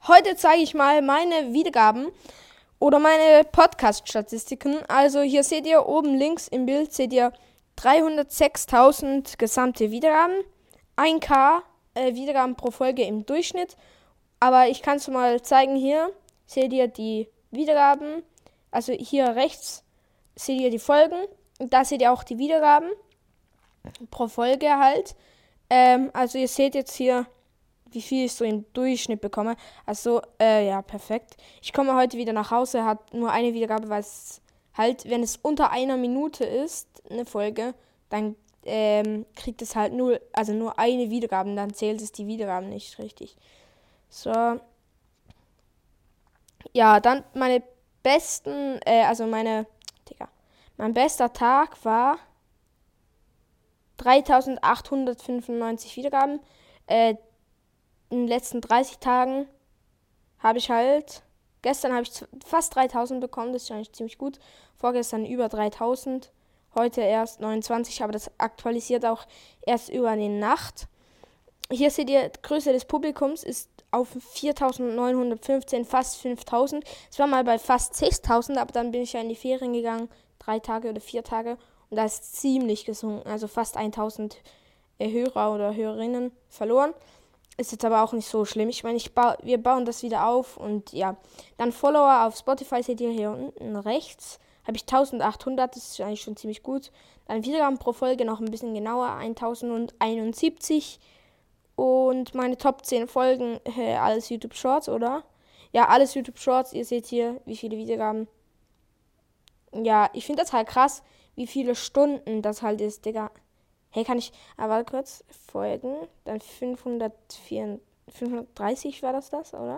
Heute zeige ich mal meine Wiedergaben oder meine Podcast-Statistiken. Also hier seht ihr oben links im Bild, seht ihr 306.000 gesamte Wiedergaben, 1K Wiedergaben pro Folge im Durchschnitt. Aber ich kann es mal zeigen, hier seht ihr die Wiedergaben, also hier rechts seht ihr die Folgen und da seht ihr auch die Wiedergaben pro Folge halt. Also ihr seht jetzt hier, wie viel ich so im Durchschnitt bekomme. Also, ja, perfekt. Ich komme heute wieder nach Hause, hat nur eine Wiedergabe, weil es halt, wenn es unter einer Minute ist, eine Folge, dann kriegt es halt nur eine Wiedergabe, dann zählt es die Wiedergaben nicht richtig. So. Ja, dann meine besten, mein bester Tag war 3.895 Wiedergaben. In den letzten 30 Tagen habe ich gestern habe ich fast 3.000 bekommen, das ist eigentlich ziemlich gut. Vorgestern über 3.000, heute erst 29, aber das aktualisiert auch erst über die Nacht. Hier seht ihr, die Größe des Publikums ist auf 4.915, fast 5.000. Es war mal bei fast 6.000, aber dann bin ich ja in die Ferien gegangen, 3 Tage oder 4 Tage. Und da ist ziemlich gesunken, also fast 1.000 Hörer oder Hörerinnen verloren. Ist jetzt aber auch nicht so schlimm. Ich meine, wir bauen das wieder auf und ja. Dann Follower auf Spotify seht ihr hier unten rechts. Habe ich 1.800, das ist eigentlich schon ziemlich gut. Dann Wiedergaben pro Folge noch ein bisschen genauer, 1.071. Und meine Top 10 Folgen, alles YouTube Shorts, oder? Ja, alles YouTube Shorts. Ihr seht hier, wie viele Wiedergaben. Ja, ich finde das halt krass, wie viele Stunden das halt ist, Digga. Hey, kann ich, aber kurz folgen, dann 530 war das, oder?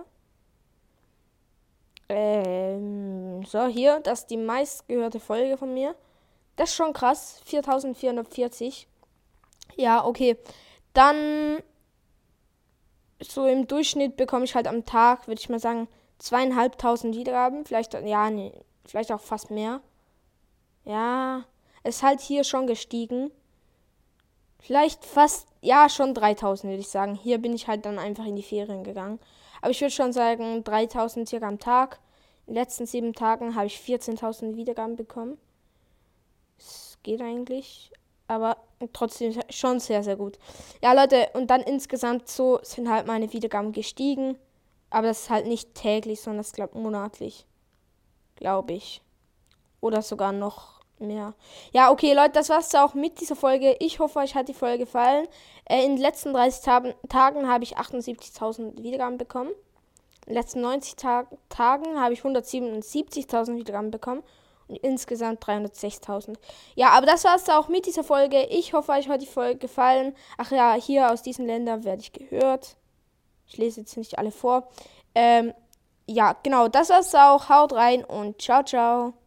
So, hier, das ist die meistgehörte Folge von mir. Das ist schon krass, 4.440. Ja, okay. Dann, so im Durchschnitt bekomme ich halt am Tag, würde ich mal sagen, 2.500 Wiedergaben. Vielleicht, ja, nee, vielleicht auch fast mehr. Ja, ist halt hier schon gestiegen. Vielleicht fast, ja, schon 3.000 würde ich sagen. Hier bin ich halt dann einfach in die Ferien gegangen. Aber ich würde schon sagen, 3.000 circa am Tag. In den letzten 7 Tagen habe ich 14.000 Wiedergaben bekommen. Das geht eigentlich. Aber trotzdem schon sehr, sehr gut. Ja, Leute, und dann insgesamt so sind halt meine Wiedergaben gestiegen. Aber das ist halt nicht täglich, sondern das glaube monatlich. Glaube ich. Oder sogar noch mehr. Ja, okay, Leute, das war's auch mit dieser Folge. Ich hoffe, euch hat die Folge gefallen. In den letzten 30 Tagen habe ich 78.000 Wiedergaben bekommen. In den letzten 90 Tagen habe ich 177.000 Wiedergaben bekommen. Und insgesamt 306.000. Ja, aber das war's auch mit dieser Folge. Ich hoffe, euch hat die Folge gefallen. Ach ja, hier aus diesen Ländern werde ich gehört. Ich lese jetzt nicht alle vor. Ja, genau, das war's auch. Haut rein und ciao, ciao.